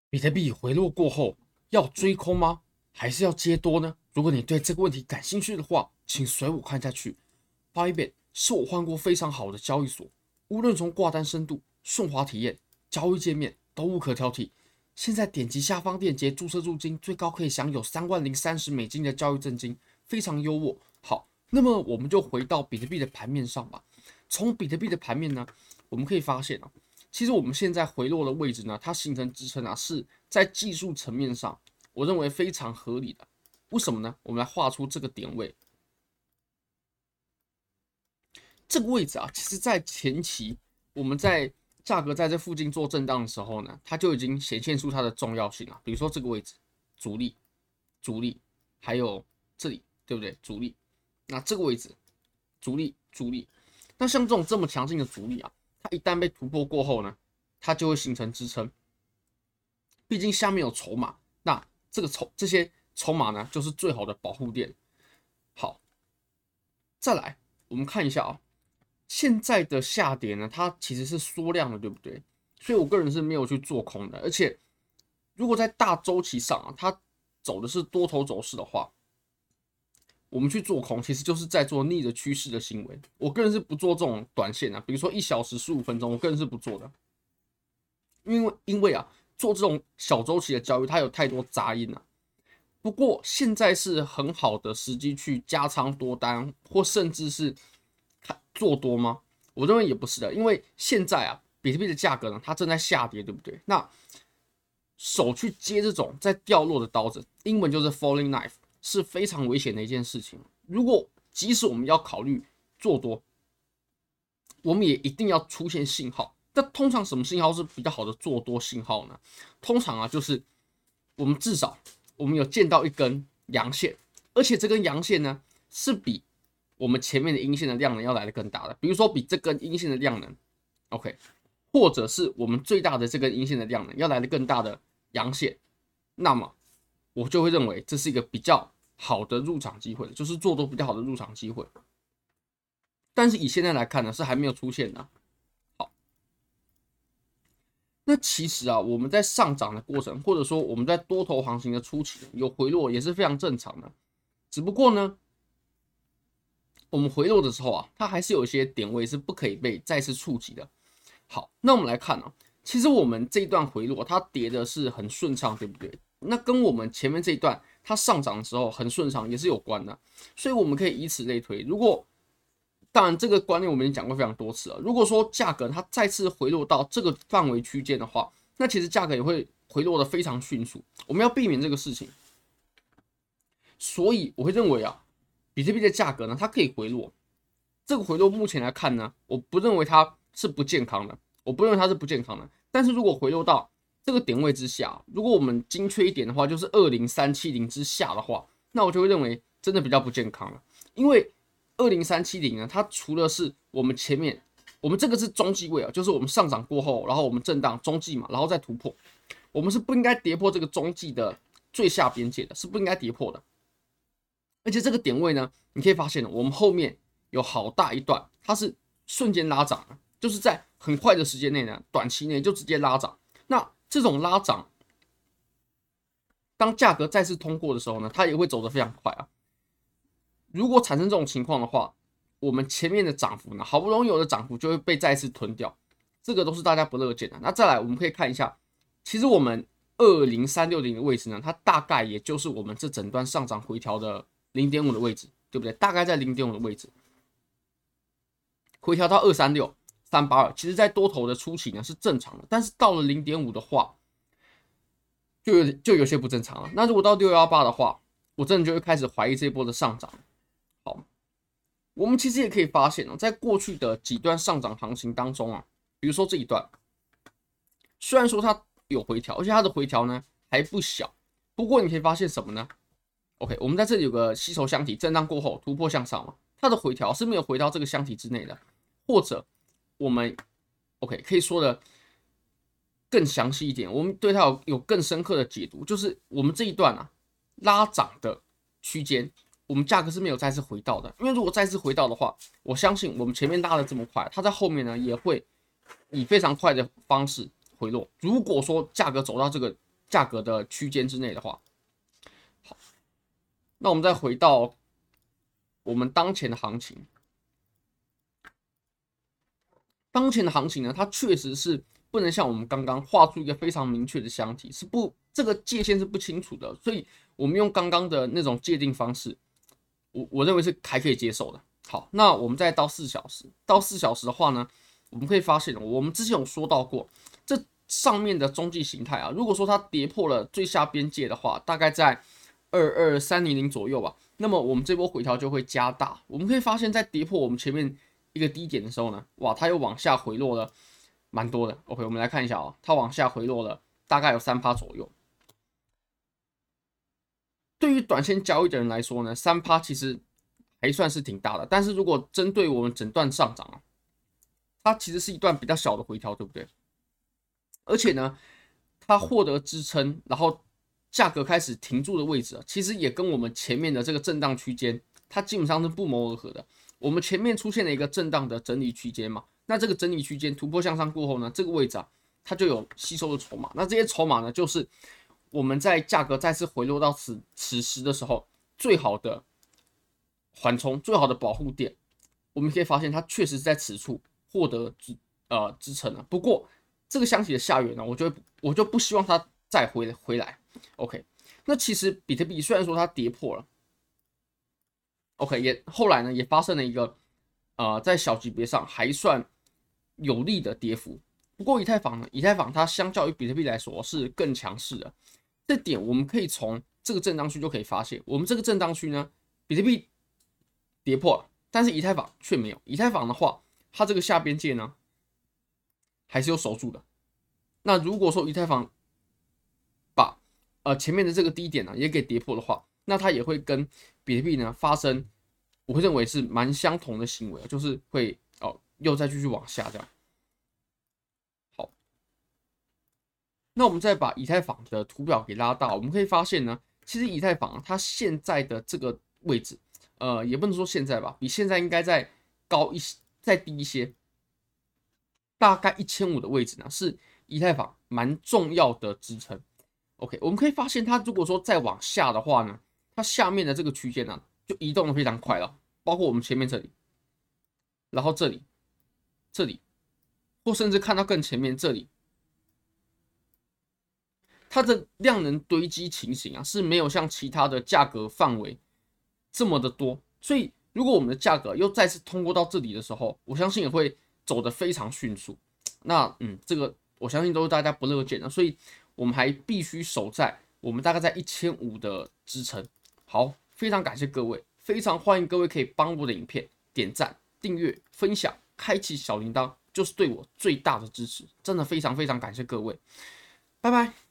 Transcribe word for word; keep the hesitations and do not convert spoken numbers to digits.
比特币回落过后，要追空吗？还是要接多呢？如果你对这个问题感兴趣的话，请随我看下去。Bybit 是我换过非常好的交易所，无论从挂单深度、顺滑体验、交易界面都无可挑剔。现在点击下方链接注册入金，最高可以享有三万零三十美金的交易证金，非常优渥。好，那么我们就回到比特币的盘面上吧。从比特币的盘面呢，我们可以发现啊，其实我们现在回落的位置呢，它形成支撑啊，是在技术层面上，我认为非常合理的。为什么呢？我们来画出这个点位，这个位置啊，其实在前期我们在价格在这附近做震荡的时候呢，它就已经显现出它的重要性了。比如说这个位置，阻力、阻力，还有这里，对不对？阻力，那这个位置，阻力、阻力，那像这种这么强劲的阻力啊，它一旦被突破过后呢，它就会形成支撑。毕竟下面有筹码，那这个筹这些筹码呢，就是最好的保护垫。好，再来我们看一下啊，现在的下跌呢，它其实是缩量的，对不对？所以我个人是没有去做空的。而且如果在大周期上啊，它走的是多头走势的话，我们去做空，其实就是在做逆着趋势的行为。我个人是不做这种短线啊，比如说一小时、十五分钟，我个人是不做的，因为因为啊，做这种小周期的交易，它有太多杂音啊。不过现在是很好的时机去加仓多单，或甚至是做多吗？我认为也不是的，因为现在啊，比特币的价格呢，它正在下跌，对不对？那手去接这种在掉落的刀子，英文就是 falling knife，是非常危险的一件事情。如果即使我们要考虑做多，我们也一定要出现信号。那通常什么信号是比较好的做多信号呢？通常啊，就是我们至少我们有见到一根阳线，而且这根阳线呢是比我们前面的阴线的量能要来的更大的，比如说比这根阴线的量能 ，OK， 或者是我们最大的这根阴线的量能要来的更大的阳线，那么我就会认为这是一个比较好的入场机会，就是做多比较好的入场机会。但是以现在来看呢，是还没有出现的。好，那其实啊，我们在上涨的过程，或者说我们在多头行情的初期有回落，也是非常正常的。只不过呢，我们回落的时候啊，它还是有一些点位是不可以被再次触及的。好，那我们来看啊，其实我们这一段回落，它跌的是很顺畅，对不对？那跟我们前面这一段它上涨的时候很顺畅也是有关的，所以我们可以以此类推。如果当然，这个观念我们已经讲过非常多次了。如果说价格它再次回落到这个范围区间的话，那其实价格也会回落的非常迅速。我们要避免这个事情，所以我会认为啊，比特币的价格呢，它可以回落。这个回落目前来看呢，我不认为它是不健康的，我不认为它是不健康的。但是如果回落到这个点位之下，如果我们精确一点的话，就是二零三七零之下的话，那我就会认为真的比较不健康了，因为二零三七零呢，它除了是我们前面，我们这个是中继位啊，就是我们上涨过后，然后我们震荡中继嘛，然后再突破，我们是不应该跌破这个中继的最下边界的，是不应该跌破的。而且这个点位呢，你可以发现我们后面有好大一段，它是瞬间拉涨的，就是在很快的时间内呢，短期内就直接拉涨。那这种拉涨，当价格再次通过的时候呢，它也会走得非常快啊。如果产生这种情况的话，我们前面的涨幅呢，好不容易有的涨幅就会被再次吞掉，这个都是大家不乐见的。那再来，我们可以看一下，其实我们二零三六零的位置呢，它大概也就是我们这整段上涨回调的零点五的位置，对不对？大概在零点五的位置，回调到二三六、三八二，其实在多头的初期呢是正常的，但是到了零点五的话，就有就有些不正常了。那如果到六一八的话，我真的就会开始怀疑这一波的上涨。好，我们其实也可以发现哦，在过去的几段上涨行情当中啊，比如说这一段，虽然说它有回调，而且它的回调呢还不小，不过你可以发现什么呢？OK， 我们在这里有个吸筹箱体震荡过后突破向上嘛，它的回调是没有回到这个箱体之内的，或者我们 OK 可以说的更详细一点，我们对它有有更深刻的解读，就是我们这一段啊拉涨的区间，我们价格是没有再次回到的，因为如果再次回到的话，我相信我们前面拉的这么快，它在后面呢也会以非常快的方式回落。如果说价格走到这个价格的区间之内的话，好，那我们再回到我们当前的行情。当前的行情呢，它确实是不能像我们刚刚画出一个非常明确的箱体，是不这个界限是不清楚的，所以我们用刚刚的那种界定方式，我我认为是还可以接受的。好，那我们再到四小时，到四小时的话呢，我们可以发现，我们之前有说到过，这上面的中继形态啊，如果说它跌破了最下边界的话，大概在二二三零零左右吧，那么我们这波回调就会加大。我们可以发现，在跌破我们前面一个低点的时候呢，哇，它又往下回落了蛮多的。OK， 我们来看一下啊、哦，它往下回落了大概有 百分之三 左右。对于短线交易的人来说呢 ，百分之三 其实还算是挺大的。但是如果针对我们整段上涨啊，它其实是一段比较小的回调，对不对？而且呢，它获得支撑，然后价格开始停住的位置啊，其实也跟我们前面的这个震荡区间，它基本上是不谋而合的。我们前面出现了一个震荡的整理区间嘛，那这个整理区间突破向上过后呢，这个位置啊，它就有吸收的筹码。那这些筹码呢，就是我们在价格再次回落到此此时的时候，最好的缓冲、最好的保护点。我们可以发现，它确实是在此处获得支呃支撑了。不过这个箱体的下缘呢，我就我就不希望它再回回来。OK， 那其实比特币虽然说它跌破了。OK， 也后来呢也发生了一个呃在小级别上还算有利的跌幅。不过以太坊呢，以太坊它相较于比特币来说是更强势的。这点我们可以从这个震荡区就可以发现，我们这个震荡区呢，比特币跌破了，但是以太坊却没有。以太坊的话，它这个下边界呢还是有守住的。那如果说以太坊把呃前面的这个低点呢也给跌破的话，那它也会跟比特币呢发生，我会认为是蛮相同的行为，就是会哦又再继续往下这样。好，那我们再把以太坊的图表给拉大，我们可以发现呢，其实以太坊它现在的这个位置，呃，也不能说现在吧，比现在应该再高一些，再低一些，大概一千五百的位置呢，是以太坊蛮重要的支撑。OK， 我们可以发现它如果说再往下的话呢，它下面的这个区间呢，就移动的非常快了，包括我们前面这里，然后这里，这里，或甚至看到更前面这里，它的量能堆积情形啊是没有像其他的价格范围这么的多，所以如果我们的价格又再次通过到这里的时候，我相信也会走得非常迅速。那嗯，这个我相信都是大家不乐见的，所以我们还必须守在我们大概在一千五的支撑。好，非常感谢各位，非常欢迎各位可以帮我的影片点赞、订阅、分享、开启小铃铛，就是对我最大的支持。真的非常非常感谢各位，拜拜。